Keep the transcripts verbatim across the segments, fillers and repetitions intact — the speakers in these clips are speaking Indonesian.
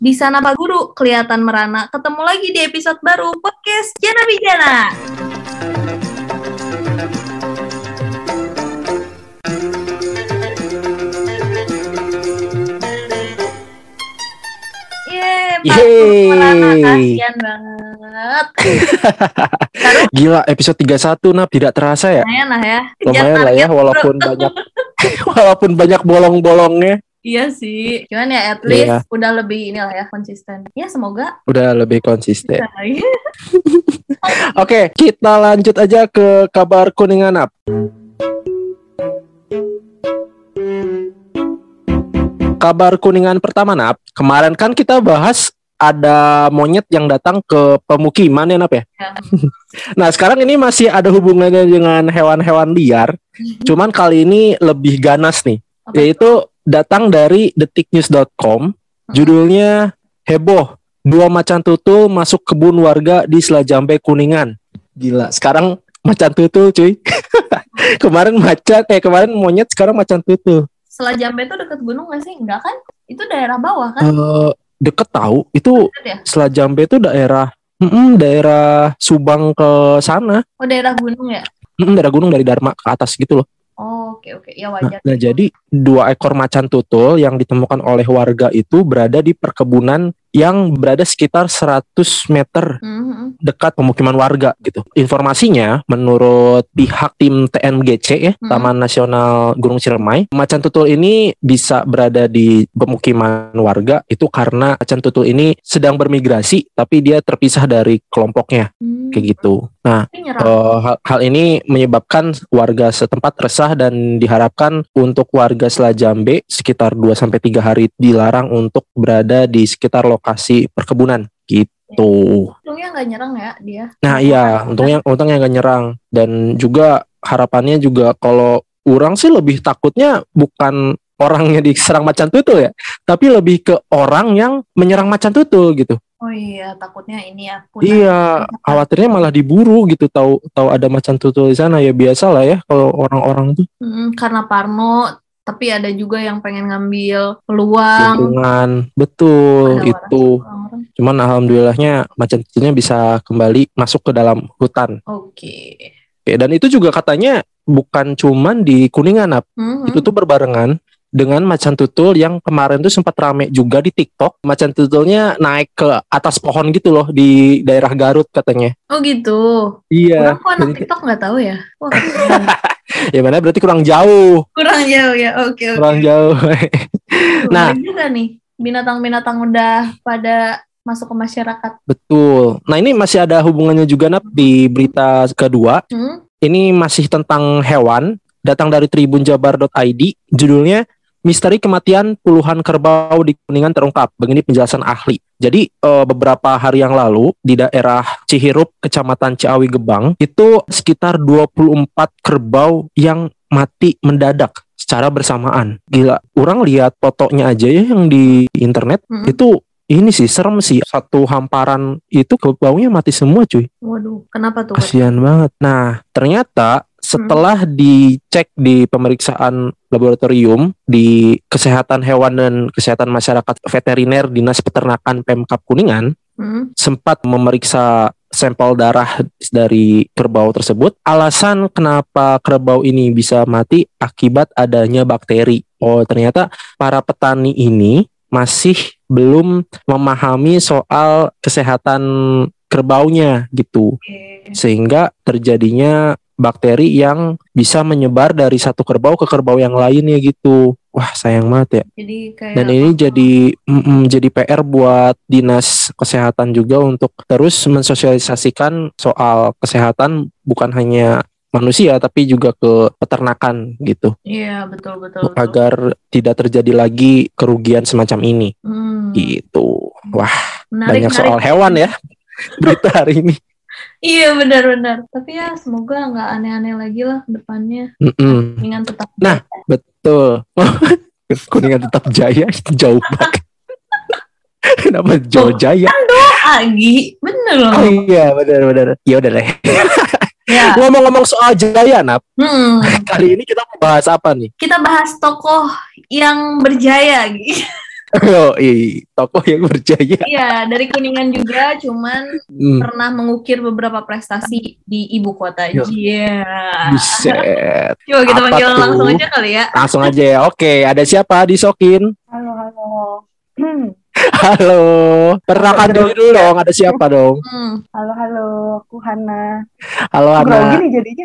Bisa napa guru, kelihatan merana. Ketemu lagi di episode baru podcast Jana Bijana. Yeay, merana, kasihan banget. Gila, episode tiga puluh satu Nap, tidak terasa ya. Lumayan lah ya. Lumayan lah ya, walaupun banyak walaupun banyak bolong-bolongnya. Iya sih, cuman ya at least yeah. udah lebih inilah ya konsisten. Ya semoga udah lebih konsisten. Oke, okay, kita lanjut aja ke kabar Kuningan Nap. Kabar Kuningan pertama Nap, kemarin kan kita bahas ada monyet yang datang ke pemukiman ya Nap ya. ya. Nah sekarang ini masih ada hubungannya dengan hewan-hewan liar, cuman kali ini lebih ganas nih, okay. Yaitu datang dari detiknews dot com, judulnya heboh, dua macan tutul masuk kebun warga di Selajambe Kuningan. Gila, sekarang macan tutul cuy. Kemarin macan, eh kemarin monyet, sekarang macan tutul. Selajambe itu deket gunung gak sih? Enggak kan? Itu daerah bawah kan? Uh, deket tahu, itu ya? Selajambe itu daerah, mm, daerah Subang ke sana. Oh daerah gunung ya? Mm, daerah gunung dari Dharma ke atas gitu loh. Oh, oke oke ya wajar. Nah, nah jadi dua ekor macan tutul yang ditemukan oleh warga itu berada di perkebunan yang berada sekitar seratus meter mm-hmm. dekat pemukiman warga gitu. Informasinya menurut pihak tim T N G C ya, mm-hmm. Taman Nasional Gunung Ciremai, macan tutul ini bisa berada di pemukiman warga itu karena macan tutul ini sedang bermigrasi tapi dia terpisah dari kelompoknya. Mm-hmm. Kayak gitu. Nah, uh, hal, hal ini menyebabkan warga setempat resah dan diharapkan untuk warga Selajambe sekitar dua sampai tiga hari dilarang untuk berada di sekitar lokasi perkebunan gitu. Untungnya nggak nyerang ya dia. Nah iya, untungnya untungnya nggak nyerang, dan juga harapannya juga kalau orang sih lebih takutnya bukan orangnya diserang macan tutul ya, tapi lebih ke orang yang menyerang macan tutul gitu. Oh iya, takutnya ini ya. Iya, khawatirnya malah diburu gitu, tahu tahu ada macan tutul di sana. Ya biasa lah ya kalau orang-orang tuh. Hmm, karena parno, tapi ada juga yang pengen ngambil peluang. Lingkungan, betul ada itu. Orang-orang. Cuman alhamdulillahnya macan tutulnya bisa kembali masuk ke dalam hutan. Oke. Oke, dan itu juga katanya bukan cuman di Kuningan, Nap. Mm-hmm. Itu tuh berbarengan dengan macan tutul yang kemarin tuh sempat rame juga di TikTok. Macan tutulnya naik ke atas pohon gitu loh di daerah Garut katanya. Oh gitu. Iya. Kurang kok anak TikTok nggak tahu ya. Wah, ya mana berarti kurang jauh. Kurang jauh ya. Oke oke. Kurang jauh. Nah, juga nih binatang-binatang udah pada masuk ke masyarakat. Betul. Nah ini masih ada hubungannya juga Nap di berita kedua. Hmm? Ini masih tentang hewan. Datang dari tribun jabar dot i d. Judulnya misteri kematian puluhan kerbau di Kuningan terungkap. Begini penjelasan ahli. Jadi e, beberapa hari yang lalu di daerah Cihirup, Kecamatan Ciawi Gebang, itu sekitar dua puluh empat kerbau yang mati mendadak secara bersamaan. Gila, orang lihat fotonya aja ya yang di internet, hmm. itu ini sih serem sih. Satu hamparan itu kerbaunya mati semua cuy. Waduh, kenapa tuh? Kasian banget. Nah, ternyata setelah hmm. dicek di pemeriksaan laboratorium di Kesehatan Hewan dan Kesehatan Masyarakat Veteriner Dinas Peternakan Pemkab Kuningan, hmm. sempat memeriksa sampel darah dari kerbau tersebut. Alasan kenapa kerbau ini bisa mati akibat adanya bakteri. Oh, ternyata para petani ini masih belum memahami soal kesehatan kerbaunya gitu. Sehingga terjadinya bakteri yang bisa menyebar dari satu kerbau ke kerbau yang lainnya gitu. Wah sayang banget ya. Jadi kayak Dan ini apa? jadi mm, jadi P R buat dinas kesehatan juga untuk terus mensosialisasikan soal kesehatan bukan hanya manusia tapi juga ke peternakan gitu. Iya betul betul. Agar betul. tidak terjadi lagi kerugian semacam ini. Hmm. Gitu. Wah menarik, banyak menarik. Soal hewan ya berita hari ini. Iya benar-benar. Tapi ya semoga nggak aneh-aneh lagi lah ke depannya. Kuningan tetap jaya. Nah betul. Kuningan tetap jaya. Jauh banget. Kenapa jauh jaya? Kan doa Gi. Bener loh. Oh iya benar-benar. Ya udah deh. Ya. Ngomong-ngomong soal jaya Nap, hmm. kali ini kita mau bahas apa nih? Kita bahas tokoh yang berjaya Gi. Oh, iya, tokoh yang berjaya. Iya, dari Kuningan juga, cuman hmm. pernah mengukir beberapa prestasi di ibu kota. Iya. Yeah. Buset. Coba kita panggil langsung aja kali ya. Langsung aja ya. Oke, ada siapa di Sokin? Halo, halo. Halo. Perkenalkan diri dulu dong, ada siapa dong? Hmm. Halo, halo. Aku Hana. Halo, Hana. Grogi nih jadinya.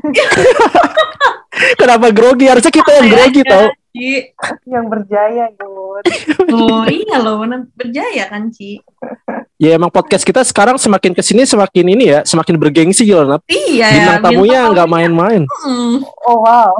Kenapa grogi? Harusnya kita yang grogi tau. Yang berjaya, Gun. Oh iya loh, berjaya kan, Ci? Ya emang podcast kita sekarang semakin kesini semakin ini ya, semakin bergengsi gitu Nat. Iya ya. Bintang tamunya nggak main-main. Hmm. Oh wow.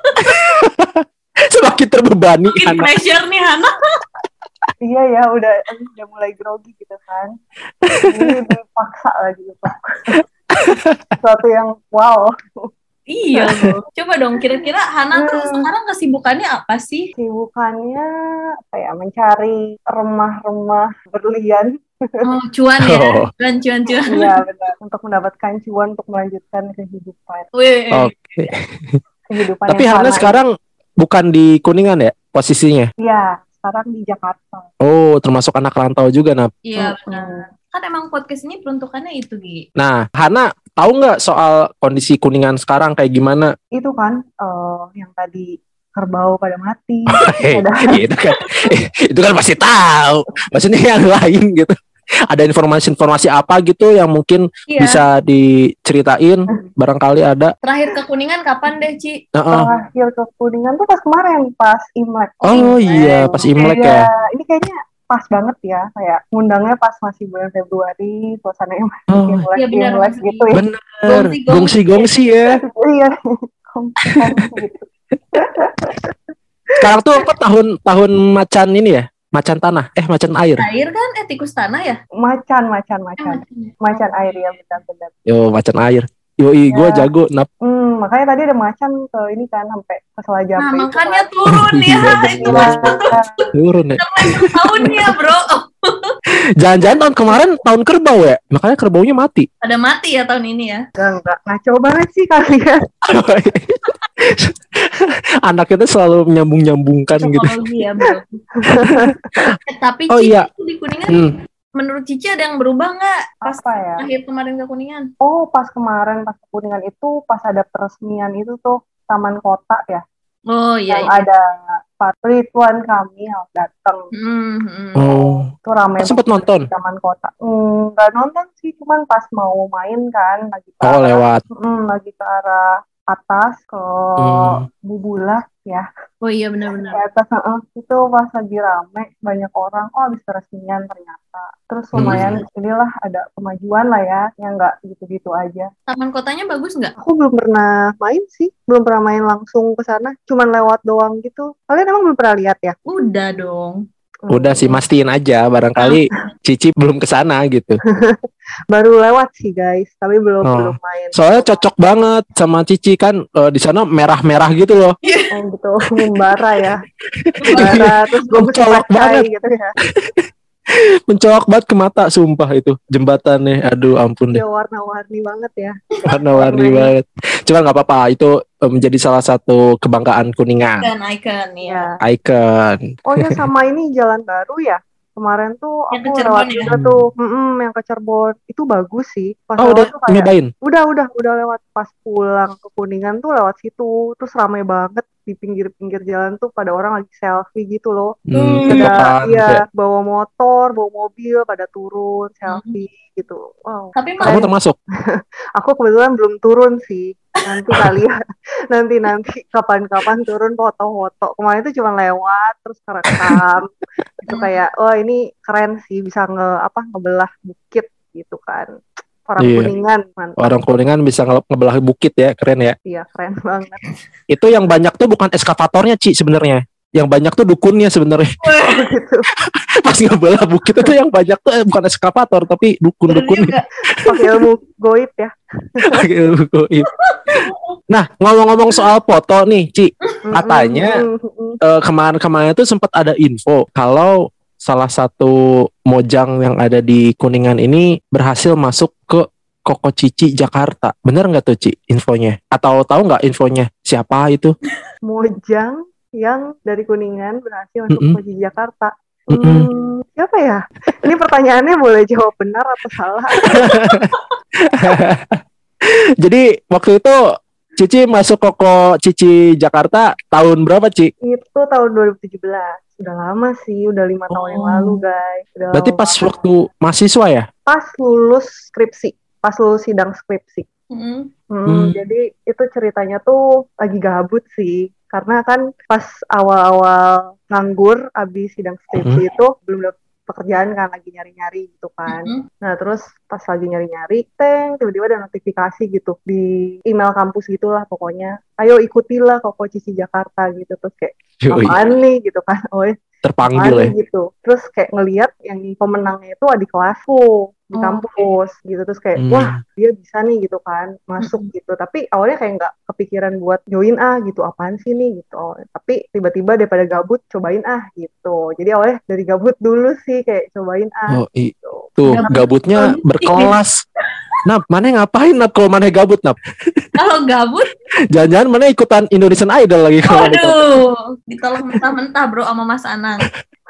Semakin terbebani. Semakin pressure nih Hana. Iya ya, udah udah mulai grogi gitu kan. Ini dipaksa lagi gitu. Sesuatu yang wow. Iya loh. Coba dong, kira-kira Hana tuh sekarang kesibukannya apa sih? Kesibukannya apa ya? Mencari remah-remah berlian. Oh, cuan ya? Cuan, cuan, cuan. Iya benar. Untuk mendapatkan cuan untuk melanjutkan kehidupan. Oke. Okay. Kehidupan. Tapi Hana sekarang bukan di Kuningan ya posisinya? Iya, sekarang di Jakarta. Oh, termasuk anak rantau juga, Nap? Iya benar. Kan emang podcast ini peruntukannya itu, Gi. Nah, Hana tahu nggak soal kondisi Kuningan sekarang kayak gimana? Itu kan uh, yang tadi kerbau pada mati. Hey, ada... itu kan, itu kan pasti tahu. Maksudnya yang lain gitu. Ada informasi-informasi apa gitu yang mungkin iya. bisa diceritain? Barangkali ada. Terakhir ke Kuningan kapan deh, Ci? Uh-uh. Terakhir ke Kuningan tuh pas kemarin, pas Imlek. Oh Imlek. Iya, pas Imlek ya. ya. Ini kayaknya pas banget ya, kayak ngundangnya pas masih bulan Februari, suasananya masih oh, Imlek, iya benar, Imlek gitu ya. Bener, gongsi-gongsi ya. Iya, gitu. Sekarang tuh apa tahun tahun macan ini ya? Macan tanah, eh macan air. Air kan, eh tikus tanah ya? Macan, macan, macan. Eh, macan air ya benar-benar. Yo, macan air. Yoi, ya. Gue jago, Nap. Hmm, makanya tadi ada macan ke ini kan, sampai ke Selajap. Nah, makanya kan. turun ya. Itu turun ya. Tahun ya, bro. Jangan-jangan tahun kemarin tahun kerbau ya? Makanya kerbaunya mati. Ada mati ya tahun ini ya? Enggak, enggak. Ngaco banget sih kalian. Anak itu selalu menyambung-nyambungkan gitu. Ya, bro. eh, tapi oh, Cici iya. di Kuningan, hmm. menurut Cici ada yang berubah nggak pas apa ya? akhir kemarin ke Kuningan? Oh, pas kemarin pas ke Kuningan itu pas ada peresmian itu tuh Taman Kota ya. Oh iya. Yang iya. ada Pak Ridwan Kamil datang. Mm-hmm. Oh. Itu ramai. Sempat nonton? Taman Kota. Enggak hmm, nonton sih, cuman pas mau main kan lagi ke oh, arah, lewat. Hmm, lagi ke arah atas ke hmm. Bubulak ya. Oh iya benar-benar. Ke atas uh, itu pas lagi rame banyak orang. Oh habis peresmian ternyata. Terus lumayan hmm. inilah ada kemajuan lah ya, yang nggak gitu-gitu aja. Taman kotanya bagus nggak? Aku belum pernah main sih, belum pernah main langsung ke sana. Cuman lewat doang gitu. Kalian emang belum pernah lihat ya? Udah dong. Udah sih, mastiin aja barangkali Cici belum kesana gitu. Baru lewat sih guys, tapi belum oh. belum main. Soalnya cocok banget sama Cici kan uh, di sana merah-merah gitu loh. Oh gitu, membara ya. Membara terus gue mencolok banget gitu ya. Mencolok banget ke mata, sumpah itu jembatannya. Aduh ampun deh. Ya warna-warni banget ya. Warna-warni banget. Cuma nggak apa-apa, itu menjadi salah satu kebanggaan Kuningan. Dan ikon ya. Ikon. Oh ya sama ini jalan baru ya. Kemarin tuh yang aku lewat ya? juga tuh, mm-mm, yang ke Cirebon. Itu bagus sih. Pas oh udah tuh kayak, nyobain? Udah, udah, udah lewat. Pas pulang ke Kuningan tuh lewat situ. Terus ramai banget di pinggir-pinggir jalan tuh pada orang lagi selfie gitu loh. Hmm, pada iya bawa motor, bawa mobil, pada turun selfie hmm. gitu. Wow. Tapi kamu termasuk? Aku kebetulan belum turun sih. Nanti kali ya. nanti nanti kapan-kapan turun foto-foto. Kemarin itu cuma lewat terus kerekam. Itu kayak oh ini keren sih bisa nge apa ngebelah bukit gitu kan. Orang iya. Kuningan mantap. Orang Kuningan bisa nge- ngebelah bukit ya, keren ya. Iya, keren banget. Itu yang banyak tuh bukan eskavatornya, Ci, sebenarnya. Yang banyak tuh dukunnya sebenarnya. Oh, gitu. Pas ngebelah bukit itu yang banyak tuh eh, bukan eskavator tapi dukun-dukunnya. Pakai ilmu goib ya. Pakai ilmu goib. Nah, ngomong-ngomong soal foto nih, Ci. Katanya uh, kemarin-kemarin tuh sempat ada info kalau salah satu mojang yang ada di Kuningan ini berhasil masuk ke Koko Cici Jakarta. Bener nggak tuh, Ci, infonya? Atau tahu nggak infonya? Siapa itu? Mojang yang dari Kuningan berhasil masuk mm-hmm. ke Koko Cici Jakarta. Hmm, siapa ya? Ini pertanyaannya boleh jawab benar atau salah? Jadi waktu itu Cici masuk Koko Cici Jakarta tahun berapa, Ci? Itu tahun dua ribu tujuh belas. Udah lama sih, udah lima oh. tahun yang lalu, guys. Udah Berarti pas banget. Waktu mahasiswa ya? Pas lulus skripsi, pas lulus sidang skripsi. Mm-hmm. Hmm, hmm. Jadi itu ceritanya tuh lagi gabut sih. Karena kan pas awal-awal nganggur abis sidang skripsi mm-hmm. itu belum dapet pekerjaan kan, lagi nyari-nyari gitu kan. Mm-hmm. Nah terus pas lagi nyari-nyari, teng tiba-tiba ada notifikasi gitu di email kampus gitulah pokoknya. Ayo ikutilah Koko Cici Jakarta gitu. Terus kayak apaan nih gitu kan. Oh terpanggil ya gitu. Terus kayak ngelihat yang pemenangnya itu adik kelasku di oh, kampus okay. gitu. Terus kayak hmm. wah dia bisa nih gitu kan masuk hmm. gitu. Tapi awalnya kayak nggak kepikiran buat join ah gitu, apaan sih nih gitu. Oh, tapi tiba-tiba daripada gabut cobain ah gitu. Jadi awalnya dari gabut dulu sih kayak cobain ah. Oh, i- gitu. Tuh gabutnya berkelas. Nap, mana ngapain Nap kalau mana gabut Nap? Kalau gabut? Jangan-jangan mana ikutan Indonesian Idol lagi kalau Aduh, ditolong mentah-mentah bro sama Mas Anang.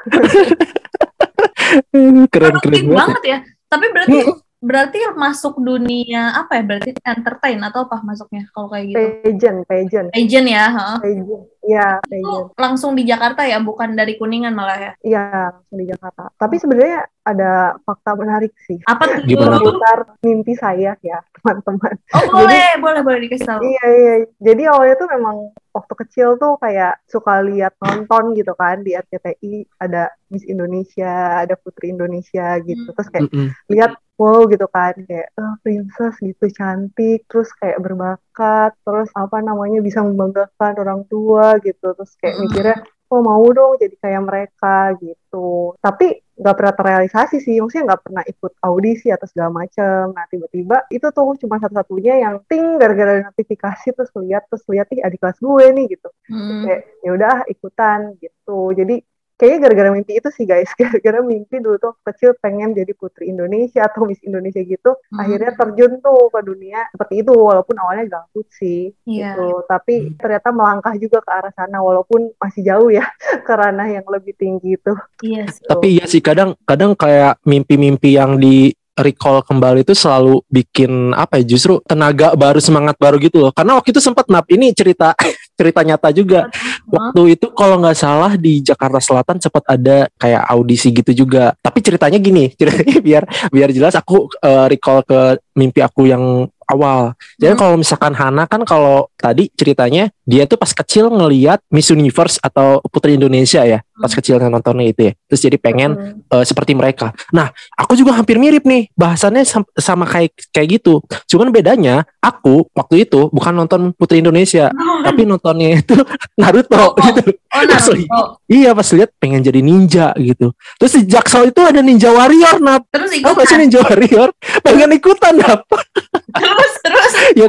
Keren-keren banget ya. Tapi berarti berarti masuk dunia apa ya? Berarti entertain atau apa masuknya kalau kayak gitu? Pageant, pageant. Pageant ya, heeh. Pageant. Iya, pageant. Langsung di Jakarta ya, bukan dari Kuningan malah ya? Iya, langsung di Jakarta. Tapi sebenarnya ada fakta menarik sih. Apa tuh? Gimana tuh? Mimpi saya ya, teman-teman. Oh, boleh, Jadi, boleh, boleh dikasih tahu. Iya, iya. Jadi awalnya tuh memang waktu kecil tuh kayak suka lihat nonton gitu kan di R C T I, ada Miss Indonesia, ada Putri Indonesia gitu. Terus kayak mm-hmm. lihat wow gitu kan, kayak oh, princess gitu cantik, terus kayak berbakat, terus apa namanya bisa membanggakan orang tua gitu. Terus kayak mm-hmm. mikirnya oh mau dong jadi kayak mereka gitu. Tapi nggak pernah terrealisasi sih, maksudnya nggak pernah ikut audisi atau segala macem. Nah tiba-tiba itu tuh cuma satu-satunya yang ting gara-gara notifikasi terus lihat terus lihat nih adik kelas gue nih gitu. Hmm. Kayak ya udah ikutan gitu. Jadi kayaknya gara-gara mimpi itu sih guys, gara-gara mimpi dulu tuh kecil pengen jadi Putri Indonesia atau Miss Indonesia gitu. Hmm. Akhirnya terjun tuh ke dunia seperti itu walaupun awalnya gabut sih yeah. gitu. Tapi ternyata melangkah juga ke arah sana walaupun masih jauh ya ke ranah yang lebih tinggi itu. Yes. Tapi iya sih kadang kadang kayak mimpi-mimpi yang di recall kembali itu selalu bikin apa ya justru tenaga baru, semangat baru gitu loh. Karena waktu itu sempat Nap ini cerita cerita nyata juga. Waktu itu kalau nggak salah di Jakarta Selatan sempat ada kayak audisi gitu juga. Tapi ceritanya gini, ceritanya biar biar jelas aku uh, recall ke mimpi aku yang awal. Jadi hmm. kalau misalkan Hana kan kalau tadi ceritanya dia tuh pas kecil ngelihat Miss Universe atau Putri Indonesia ya, hmm. pas kecil nontonnya itu ya. Terus jadi pengen hmm. uh, seperti mereka. Nah, aku juga hampir mirip nih, bahasannya sam- sama kayak kayak gitu. Cuman bedanya aku waktu itu bukan nonton Putri Indonesia, oh, tapi nontonnya itu Naruto oh, gitu. Oh, Naruto. Iya, pas lihat pengen jadi ninja gitu. Terus di Jaksel itu ada Ninja Warrior, Nap. Terus ikutan. Apa sih Ninja Warrior? Pengen ikutan, Nap. terus terus ya,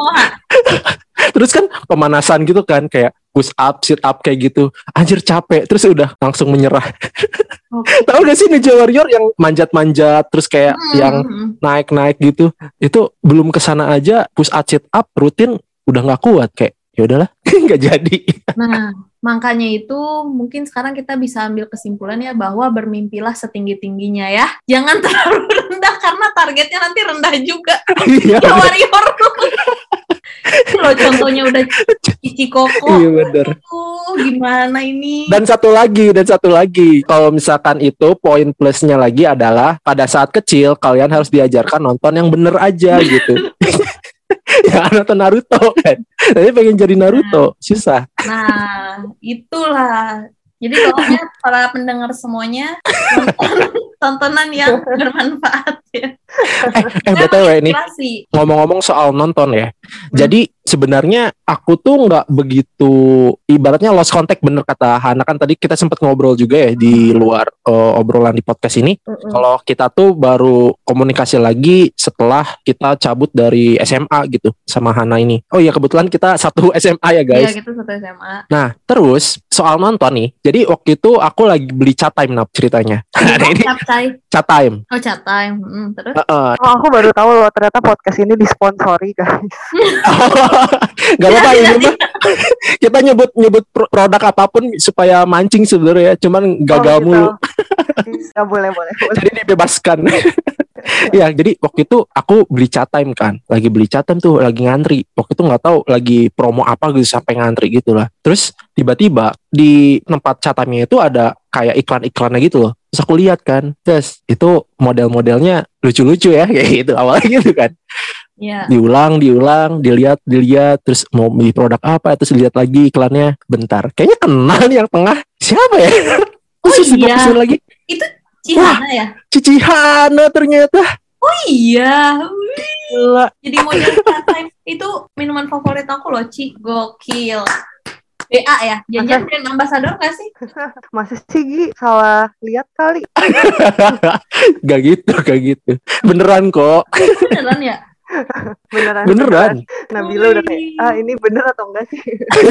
terus kan pemanasan gitu kan kayak push up, sit up kayak gitu. Anjir capek, terus udah langsung menyerah. Okay. Tahu gak sih Ninja Warrior yang manjat-manjat terus kayak hmm. yang naik-naik gitu. Itu belum kesana aja push up, sit up rutin udah nggak kuat kayak ya udahlah nggak jadi. Nah makanya itu mungkin sekarang kita bisa ambil kesimpulan ya bahwa bermimpilah setinggi-tingginya ya. Jangan terlalu rendah karena targetnya nanti rendah juga. Iya, ya Warrior. Loh contohnya udah Cici Koko. Iya benar. Uh, gimana ini? Dan satu lagi, dan satu lagi. Kalau misalkan itu poin plusnya lagi adalah pada saat kecil kalian harus diajarkan nonton yang bener aja gitu. Ya nonton Naruto kan. Tapi pengen jadi Naruto, susah. Nah, itulah. Jadi pokoknya para pendengar semuanya tonton, tontonan yang bermanfaat ya. Eh, eh B T W ini ngomong-ngomong soal nonton ya. Hmm. Jadi sebenarnya aku tuh nggak begitu ibaratnya lost contact, bener kata Hana kan tadi kita sempat ngobrol juga ya di luar uh, obrolan di podcast ini. Hmm. Kalau kita tuh baru komunikasi lagi setelah kita cabut dari S M A gitu sama Hana ini. Oh iya kebetulan kita satu S M A ya guys. Iya kita satu S M A. Nah terus soal nonton nih. Jadi waktu itu aku lagi beli Chat Time Nap ceritanya. Nah, ini Chat Time. Oh Chat Time. Hmm, terus? Uh, Uh-uh. Oh, aku baru tahu loh ternyata podcast ini disponsori guys. Gak apa-apa ini mah. Kita nyebut nyebut produk apapun supaya mancing sebenarnya, cuman gagal oh, gitu. Mulu. Ya boleh boleh. boleh. Jadi dibebaskan. Ya, jadi waktu itu aku beli chat time kan, lagi beli chat time tuh, lagi ngantri. Waktu itu nggak tahu lagi promo apa gitu sampai ngantri gitu lah. Terus tiba-tiba di tempat chat time-nya itu ada kayak iklan-iklannya gitu loh. Terus aku lihat kan, terus itu model-modelnya lucu-lucu ya kayak gitu awalnya gitu kan. Yeah. Diulang, diulang, dilihat, dilihat, terus mau beli produk apa, terus lihat lagi iklannya. Bentar, kayaknya kenal nih yang tengah. Siapa ya? Oh terus iya. lagi. Itu Cihana ya? Cici Hana ternyata. Oh iya. Gila. Jadi model chat time itu minuman favorit aku loh, Ci. Gokil. B A ya? Jangan brand ambassador gak sih? Masih sih Gi, salah lihat kali. Gak gitu, gak gitu. Beneran kok. Beneran ya? Beneran. Beneran. Nabila udah kayak, ah ini bener atau enggak sih?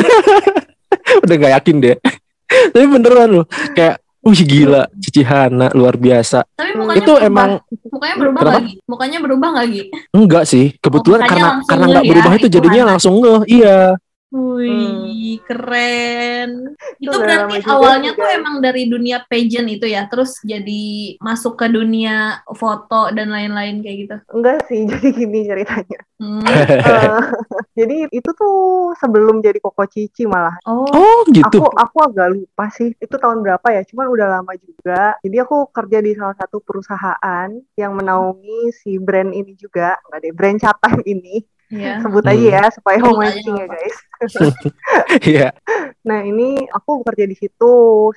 Udah gak yakin deh. Tapi beneran loh. Kayak wih gila, Cici Hana luar biasa. Tapi mukanya itu berubah. emang mukanya berubah lagi. Mukanya berubah lagi. Enggak sih, kebetulan oh, karena karena enggak ya, berubah itu jadinya Hana. Langsung ngeh. Iya. Wih, hmm. keren. Itu, itu berarti awalnya tuh emang dari dunia pageant itu ya, terus jadi masuk ke dunia foto dan lain-lain kayak gitu. Enggak sih, jadi gini ceritanya. Hmm. uh, jadi itu tuh sebelum jadi Koko Cici malah. Oh, oh gitu. Aku aku agak lupa sih, itu tahun berapa ya, cuman udah lama juga. Jadi aku kerja di salah satu perusahaan yang menaungi si brand ini juga, enggak deh, brand chat time ini. Yeah. Sebut aja ya hmm. supaya memancing ya guys. Iya. Nah ini aku bekerja di situ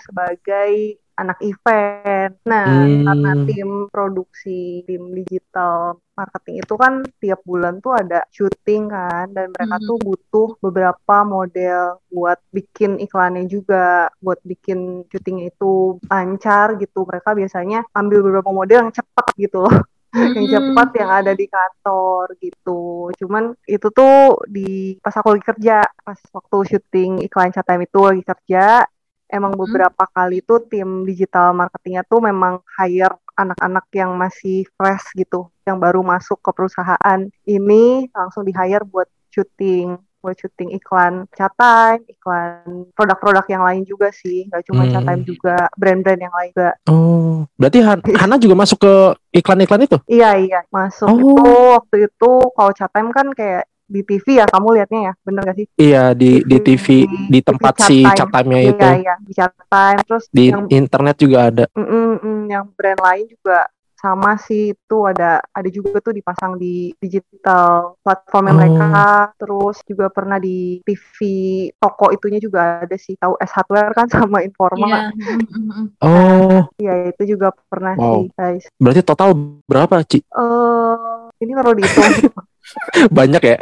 sebagai anak event. Nah hmm. karena tim produksi, tim digital marketing itu kan tiap bulan tuh ada syuting kan, dan mereka hmm. tuh butuh beberapa model buat bikin iklannya juga, buat bikin syutingnya itu lancar gitu. Mereka biasanya ambil beberapa model yang cepat gitu loh. Yang cepat yang ada di kantor gitu. Cuman itu tuh di pas aku lagi kerja, pas waktu syuting iklan chat time itu lagi kerja, emang beberapa hmm. kali tuh tim digital marketingnya tuh memang hire anak-anak yang masih fresh gitu, yang baru masuk ke perusahaan ini, langsung di hire buat syuting buat syuting iklan chat time, iklan produk-produk yang lain juga sih, nggak cuma hmm. chat time juga, brand-brand yang lain juga. Oh, berarti Han- Hana juga masuk ke iklan-iklan itu? Iya iya, masuk oh. itu waktu itu kalau chat time kan kayak di T V ya, kamu lihatnya ya, bener gak sih? Iya di T V, di T V di, di tempat T V si chat time-nya iya, itu. Iya iya, di chat time, terus di yang, internet juga ada. Mm-mm, yang brand lain juga. Sama sih itu ada ada juga tuh dipasang di digital platformnya oh. mereka, terus juga pernah di T V toko itunya juga ada sih, tahu S Hardware kan sama Informa. Yeah. Oh. Iya itu juga pernah wow. sih guys. Berarti total berapa Ci? Uh, ini baru dihitung. Banyak ya?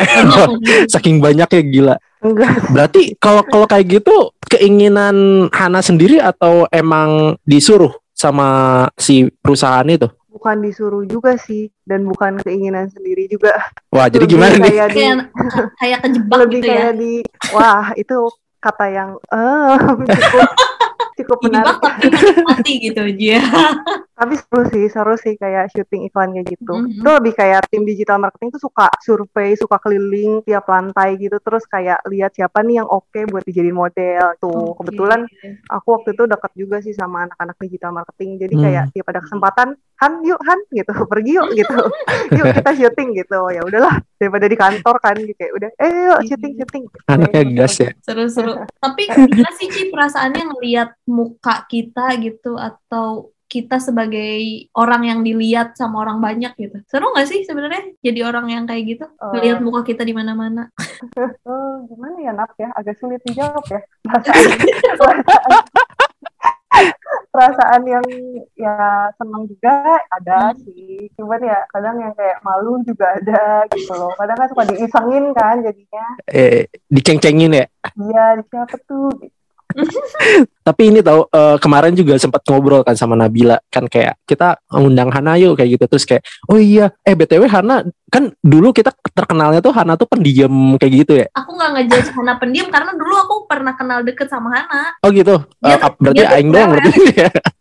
Saking banyaknya gila. Enggak. Berarti kalau kalau kayak gitu keinginan Hana sendiri atau emang disuruh sama si perusahaan itu? Bukan disuruh juga sih, dan bukan keinginan sendiri juga. Wah, jadi lebih gimana nih? Kayak, di, kayak kejebak lebih gitu kayak ya? Di, wah, itu kata yang uh, cukup cukup menarik. Tapi mati gitu aja. Tapi seru sih, seru sih kayak syuting iklan kayak gitu. Mm-hmm. Itu lebih kayak tim digital marketing tuh suka survei, suka keliling tiap lantai gitu, terus kayak lihat siapa nih yang oke okay buat dijadiin model. Tuh, okay. Kebetulan aku waktu itu dekat juga sih sama anak-anak digital marketing. Jadi hmm. kayak tiap ada kesempatan, Han, yuk Han gitu, pergi yuk gitu. Yuk kita syuting gitu. Ya udahlah, daripada di kantor kan gitu kayak udah eh yuk syuting-syuting. Anaknya gas ya. Seru-seru. Tapi gimana sih Ci perasaannya ngelihat muka kita gitu, atau kita sebagai orang yang dilihat sama orang banyak gitu. Seru nggak sih sebenarnya jadi orang yang kayak gitu? Uh, Lihat muka kita di mana-mana. uh, gimana ya Nap ya? Agak sulit dijawab ya. Perasaan, perasaan, perasaan yang ya senang juga ada hmm. sih. Cuman ya kadang yang kayak malu juga ada gitu loh. Kadang kan suka diisengin kan jadinya. Eh, diceng-cengin ya? Iya, di siapa tuh gitu. Tapi ini tahu uh, kemarin juga sempat ngobrol kan sama Nabila kan, kayak kita undang Hana yuk kayak gitu, terus kayak oh iya eh B T W Hana kan dulu kita terkenalnya tuh Hana tuh pendiam kayak gitu ya. Aku nggak ngejudge Hana pendiam karena dulu aku pernah kenal deket sama Hana. Oh gitu. Uh, berarti aing doang berarti ya.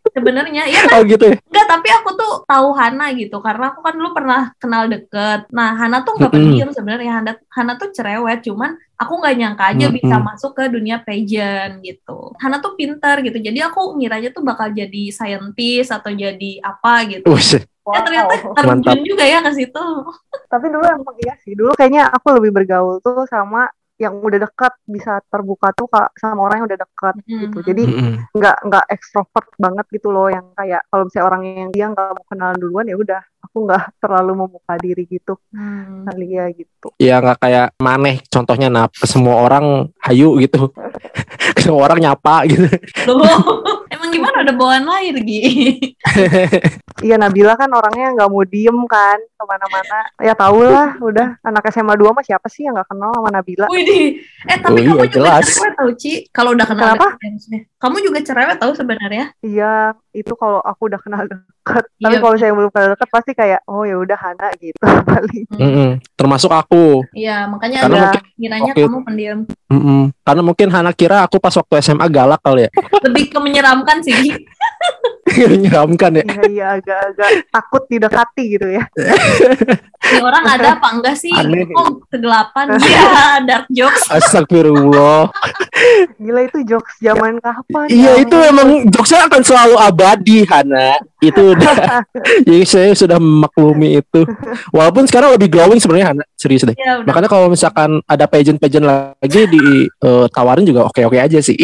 sebenarnya. Iya kan? Oh gitu ya? Enggak, tapi aku tuh tahu Hana gitu karena aku kan dulu pernah kenal deket. Nah, Hana tuh nggak Mm-mm. pendiam sebenarnya. Hana, Hana tuh cerewet, cuman aku nggak nyangka aja Mm-mm. bisa masuk ke dunia pageant gitu. Hana tuh pintar gitu, jadi aku ngiranya tuh bakal jadi scientist atau jadi apa gitu. Ush, Wow. Eh ternyata Mantap. terjun juga ya ke situ. Tapi dulu emang iya sih. Dulu kayaknya aku lebih bergaul tuh sama yang udah dekat, bisa terbuka tuh Kak, sama orang yang udah dekat Mm-mm. gitu. Jadi Mm-mm. nggak nggak ekstrovert banget gitu loh, yang kayak kalau misalnya orang yang dia nggak mau kenalan duluan ya udah aku nggak terlalu membuka diri gitu Hmm. kali ya gitu. Ya nggak kayak Maneh contohnya, nah ke semua orang hayu gitu. Ke semua orang nyapa gitu. Loh, emang gimana ada bawaan lahir Gi? Iya, Nabila kan orangnya nggak mau diem kan kemana-mana. Ya tau lah, udah anak S M A dua mah siapa sih yang nggak kenal sama Nabila? Wih, eh tapi Oh kamu iya, juga jelas. cerewet tau Ci. Kalau udah kenal Kenapa? deket ya, maksudnya. Kamu juga cerewet tau sebenarnya. Iya, itu kalau aku udah kenal deket. Iya. Tapi kalau saya belum kenal deket pasti kayak, oh ya udah Hana gitu paling. Mm-mm. Termasuk aku. Iya, makanya Karena agak mungkin kiranya waktu kamu pendiam. Mm-mm. Karena mungkin Hana kira aku pas waktu S M A galak kali ya. Lebih ke menyeramkan sih, Gi. Menyeramkan ya. Iya, iya, agak-agak takut didekati gitu ya. Ini orang ada apa enggak sih? Aneh. Oh, kegelapan. Iya, dark jokes. Astagfirullah. Gila, itu jokes zaman kapan? Iya, ya itu ampun. emang jokesnya akan selalu abadi, Hana. Itu udah. Jadi saya sudah memaklumi itu. Walaupun sekarang lebih glowing sebenarnya, Hana. Serius deh. Ya, udah. Makanya kalau misalkan ada pageant-pageant lagi ditawarin juga oke-oke aja sih.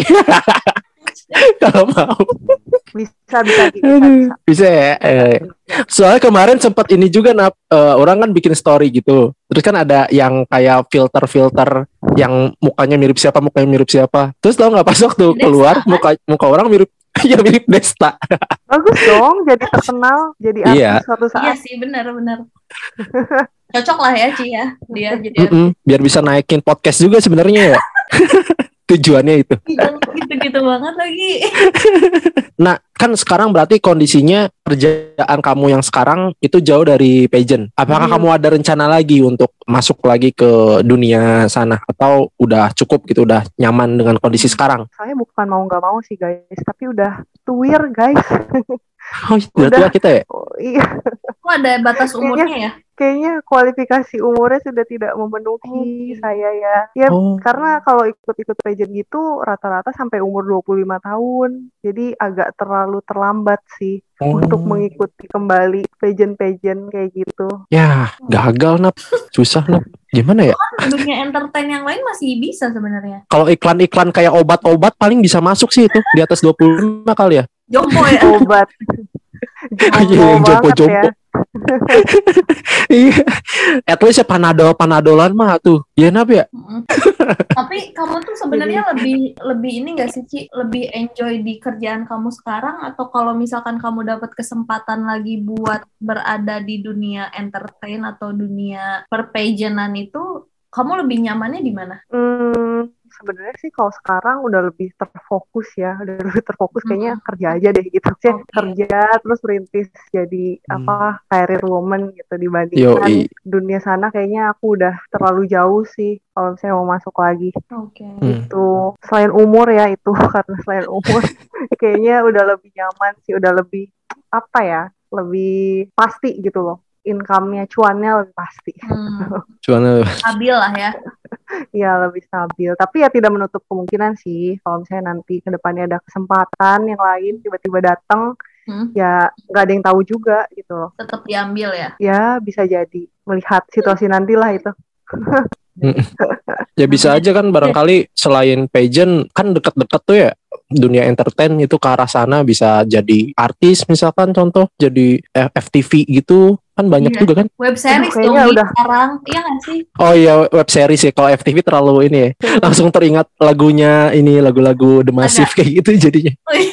Kalau mau. Bisa, bisa, bisa, Aduh, bisa. bisa ya. Eh, Soalnya kemarin sempat ini juga, Nap, eh, orang kan bikin story gitu. Terus kan ada yang kayak filter-filter yang mukanya mirip siapa, mukanya mirip siapa. Terus tau nggak pas waktu Desta, keluar kan? muka muka orang mirip ya mirip Desta. Bagus dong, jadi terkenal, jadi artis Iya. suatu Iya saat. sih, benar-benar. Cocok lah ya, Ci ya. Dia jadi Mm-mm, biar bisa naikin podcast juga sebenarnya ya. Tujuannya itu. gitu-gitu banget lagi. Nah, kan sekarang berarti kondisinya kerjaan kamu yang sekarang itu jauh dari pageant. Apakah Hmm. kamu ada rencana lagi untuk masuk lagi ke dunia sana atau udah cukup gitu, udah nyaman dengan kondisi sekarang? Saya bukan mau nggak mau sih guys, tapi udah tuir guys. Oh, udah Udah. tua kita ya? Oh, iya, Kok ada batas umurnya ya? kayaknya kualifikasi umurnya sudah tidak memenuhi Oke. saya ya. Ya, Oh. karena kalau ikut-ikut pageant gitu rata-rata sampai umur dua puluh lima tahun. Jadi agak terlalu terlambat sih Oh. untuk mengikuti kembali pageant-pageant kayak gitu. Ya, gagal, Nap. Susah, Nap. Gimana ya? Dunia entertain yang lain masih bisa sebenarnya. Kalau iklan-iklan kayak obat-obat paling bisa masuk sih itu di atas dua puluh lima kali ya. Jompo ya. Obat. Iya, Jompo yang banget jompo-jompo. ya. Iya. At least ya panadol-panadolan mah tuh. Iya, Nap ya? Mm. Tapi kamu tuh sebenarnya lebih lebih ini nggak sih Ci? Lebih enjoy di kerjaan kamu sekarang atau kalau misalkan kamu dapat kesempatan lagi buat berada di dunia entertain atau dunia perpageantan itu, kamu lebih nyamannya di mana? Hmm, sebenarnya sih kalau sekarang udah lebih terfokus ya, udah lebih terfokus kayaknya kerja aja deh gitu sih, Oke. kerja terus merintis jadi Hmm. apa career woman gitu dibandingkan Yoi. dunia sana kayaknya aku udah terlalu jauh sih kalau saya mau masuk lagi. Oke. Hmm. Itu selain umur ya itu karena selain umur kayaknya udah lebih nyaman sih, udah lebih apa ya, lebih pasti gitu loh. Income-nya, cuannya lebih pasti. Hmm, Cuman stabil lah ya. Ya lebih stabil, tapi ya tidak menutup kemungkinan sih kalau misalnya nanti ke depannya ada kesempatan yang lain tiba-tiba datang, Hmm, ya nggak ada yang tahu juga gitu loh. tetap diambil ya. Ya bisa jadi, melihat situasi nantilah itu. ya bisa aja kan barangkali selain pageant kan deket-deket tuh ya dunia entertain itu ke arah sana, bisa jadi artis misalkan contoh jadi F T V gitu kan banyak Iya. juga kan. Web series Aduh, kayaknya dong Gi, udah. sekarang. Iya nggak sih? Oh iya, web series ya. Kalau F T V terlalu ini ya. Langsung teringat lagunya ini, lagu-lagu The Massive kayak gitu jadinya. Oh, iya.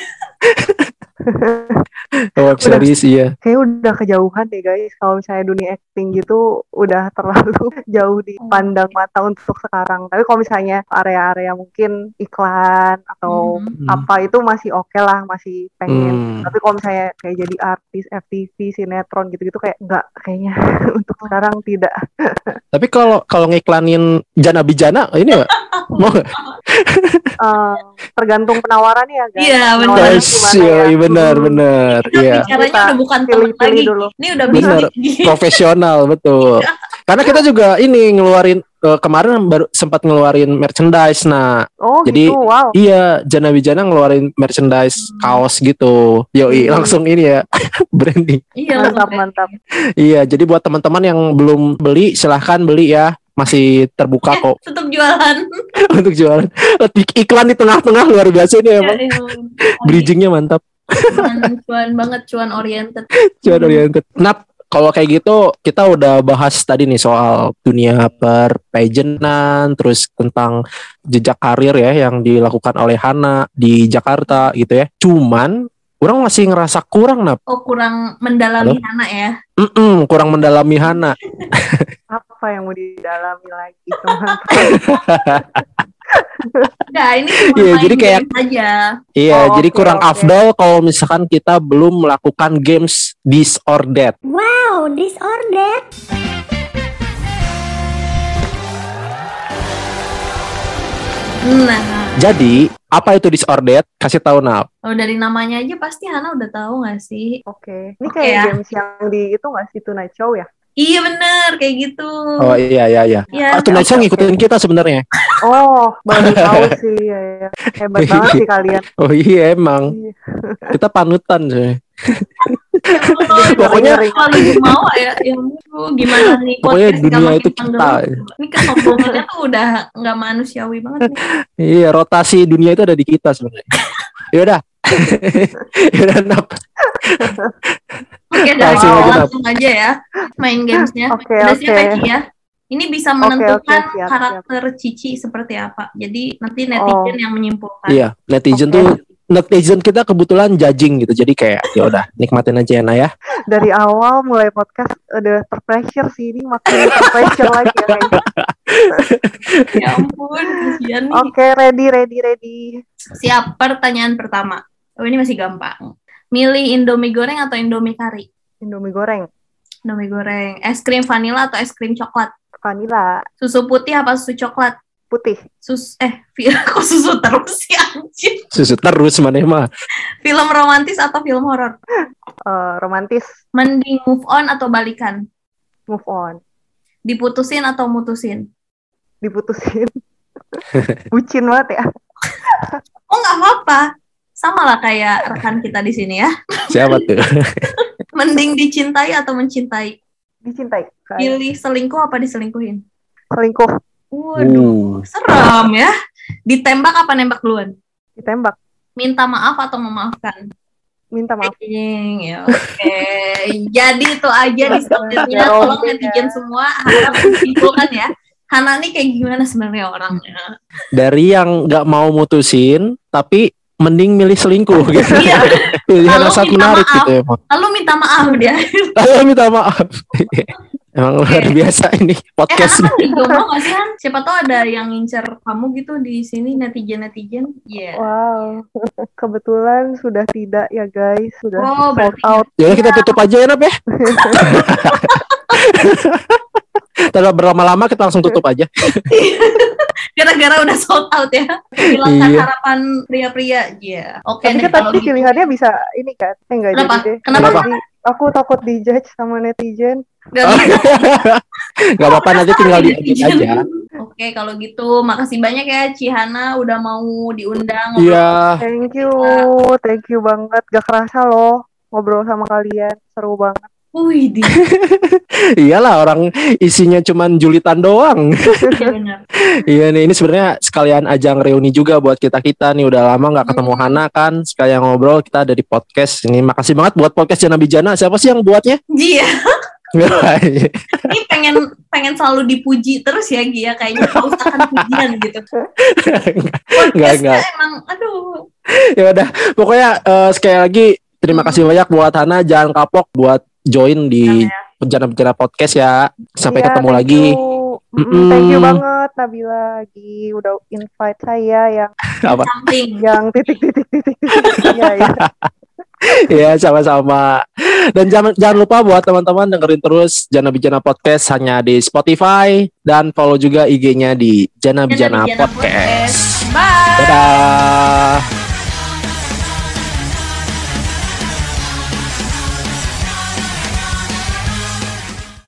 Web series iya. Kayaknya udah kejauhan deh guys, kalau misalnya dunia acting gitu udah terlalu jauh dipandang mata untuk sekarang. Tapi kalau misalnya area-area mungkin iklan atau Hmm. apa itu masih oke lah, masih pengen. Hmm. Tapi kalau misalnya kayak jadi artis F T V, sinetron gitu-gitu kayak enggak kayaknya untuk sekarang tidak. Tapi kalau kalau ngiklanin Jana Bijana ini ya Mau nggak? Uh, tergantung penawaran ya guys. Iya benar. Yes, iya ya? benar benar. Iya. Bicaranya udah bukan teman lagi. Dulu. Ini udah benar. Profesional betul. Karena kita juga ini ngeluarin uh, kemarin baru sempat ngeluarin merchandise. Nah, oh, jadi gitu, wow. Iya, Jana Wijana ngeluarin merchandise hmm. kaos gitu. Yoi, hmm. langsung ini ya branding. Iya, mantap mantap. Iya, jadi buat teman-teman yang belum beli silahkan beli ya. Masih terbuka kok. Tetap jualan. Untuk jualan. Iklan di tengah-tengah luar biasa ini emang. Ya, bridgingnya mantap. Cuan, cuan banget, cuan oriented. Cuan oriented. Nah, kalau kayak gitu kita udah bahas tadi nih soal dunia per pageantan, terus tentang jejak karir ya yang dilakukan oleh Hana di Jakarta gitu ya. Cuman orang masih ngerasa kurang Nap. Oh, kurang mendalami Halo? Hana ya. Mm-mm, kurang mendalami Hana. Apa yang mau didalami lagi teman? Nah, ini cuma yeah, main jadi kayak aja. Iya, oh, jadi okay, kurang okay. afdol kalau misalkan kita belum melakukan games this or that. Wow, this or that. Nah, jadi apa itu this or that? Kasih tahu Nap. Oh, dari namanya aja pasti Hana udah tahu nggak sih? Oke, okay. Ini okay, kayak ya? games yang di itu nggak sih Tonight Show ya? Iya bener, kayak gitu. Oh iya iya iya. Ya, ah, Tonight Show ngikutin kita sebenarnya. Oh, baru tahu sih ya, ya. Hebat banget sih kalian. Oh iya emang. Kita panutan sih. Oh, pokoknya kalau mau ya, ya gimana nih? Pokoknya dunia itu kita. Ini kesombongannya tuh udah nggak manusiawi banget nih. Iya, rotasi dunia itu ada di kita sebenarnya. Yaudah. Yaudah Nap. Oke, dari awal langsung aja ya main gamesnya. Okay, Udah okay. siap ya Ci ya? Ini bisa menentukan okay, okay, siap, karakter siap. Cici seperti apa. Jadi nanti netizen oh. yang menyimpulkan. Iya, netizen okay. tuh netizen kita kebetulan judging gitu. Jadi kayak ya udah nikmatin aja ya, ya. Dari awal mulai podcast udah terpressure sih, ini makin terpressure lagi ya kayaknya. Ya ampun, kasihan nih. Oke, okay, ready ready ready. Siap, pertanyaan pertama. Oh, ini masih gampang. Milih Indomie goreng atau Indomie kari? Indomie goreng. Indomie goreng. Es krim vanila atau es krim coklat? Vanila. Susu putih apa susu coklat? Putih. Sus eh kok susu terus sih anjir. Susu terus mana mah. Film romantis atau film horor? Uh, romantis. Mending move on atau balikan? Move on. Diputusin atau mutusin? Diputusin. Bucin banget ya. Oh nggak apa-apa. Sama lah kayak rekan kita di sini ya. Siapa tuh? Mending dicintai atau mencintai? Dicintai. Pilih selingkuh apa diselingkuhin? Selingkuh. Waduh, uh. serem ya. Ditembak apa nembak duluan? Ditembak. Minta maaf atau memaafkan? Minta maaf. Ya, oke. Okay. Jadi itu aja diskusinya. Tolong netizen semua harap disimpulkan ya. Hana nih kayak gimana sebenarnya orangnya? Dari yang nggak mau mutusin, tapi mending milih selingkuh gitu. Iya. Lalu sangat menarik maaf. Gitu ya. Lalu minta maaf dia. Lalu minta maaf. Emang luar okay. biasa ini podcast. Eh, Hana kan dijomblo gak sih Han? Siapa tahu ada yang ngincer kamu gitu di sini netizen-netizen. Iya. Yeah. Wow. Kebetulan sudah tidak ya guys, sudah oh, sold out. Ya kita tutup aja ya Nap ya. Tanpa berlama-lama kita langsung tutup aja. Gara-gara udah sold out ya. Hilangkan iya. harapan pria-pria. Iya. Yeah. Oke. Okay, tapi tadi gitu. Pilihannya bisa ini kan? Eh enggak Kenapa? jadi deh. Kenapa? Jadi, aku takut dijudge sama netizen. Gak Gak apa-apa nanti tinggal di aja. Oke, kalau gitu makasih banyak ya Ci Hana udah mau diundang. Iya. Thank you, thank you banget. Gak kerasa loh ngobrol sama kalian, seru banget. Wih, di. Iyalah orang isinya cuman julitan doang. Iya benar. Iya nih ini sebenarnya sekalian ajang reuni juga buat kita kita nih udah lama nggak ketemu hmm. Hana kan sekalian ngobrol kita ada di podcast ini makasih banget buat podcast Jana Wijana siapa sih yang buatnya? Iya. Ini pengen pengen selalu dipuji terus ya Gia kayaknya pausakan pujian gitu. Enggak enggak. Emang aduh. Ya udah pokoknya uh, sekali lagi terima hmm. kasih banyak buat Hana jangan kapok buat join di Jana-Jana podcast ya. Sampai ya, ketemu thank lagi. Mm-hmm. Thank you banget Nabila lagi udah invite saya yang apa? Yang titik titik titik titik. Iya ya. Ya sama-sama. Dan jangan jangan lupa buat teman-teman dengerin terus Jana Bijana Podcast hanya di Spotify dan follow juga I G-nya di Jana Bijana Podcast. Bye. Dadah.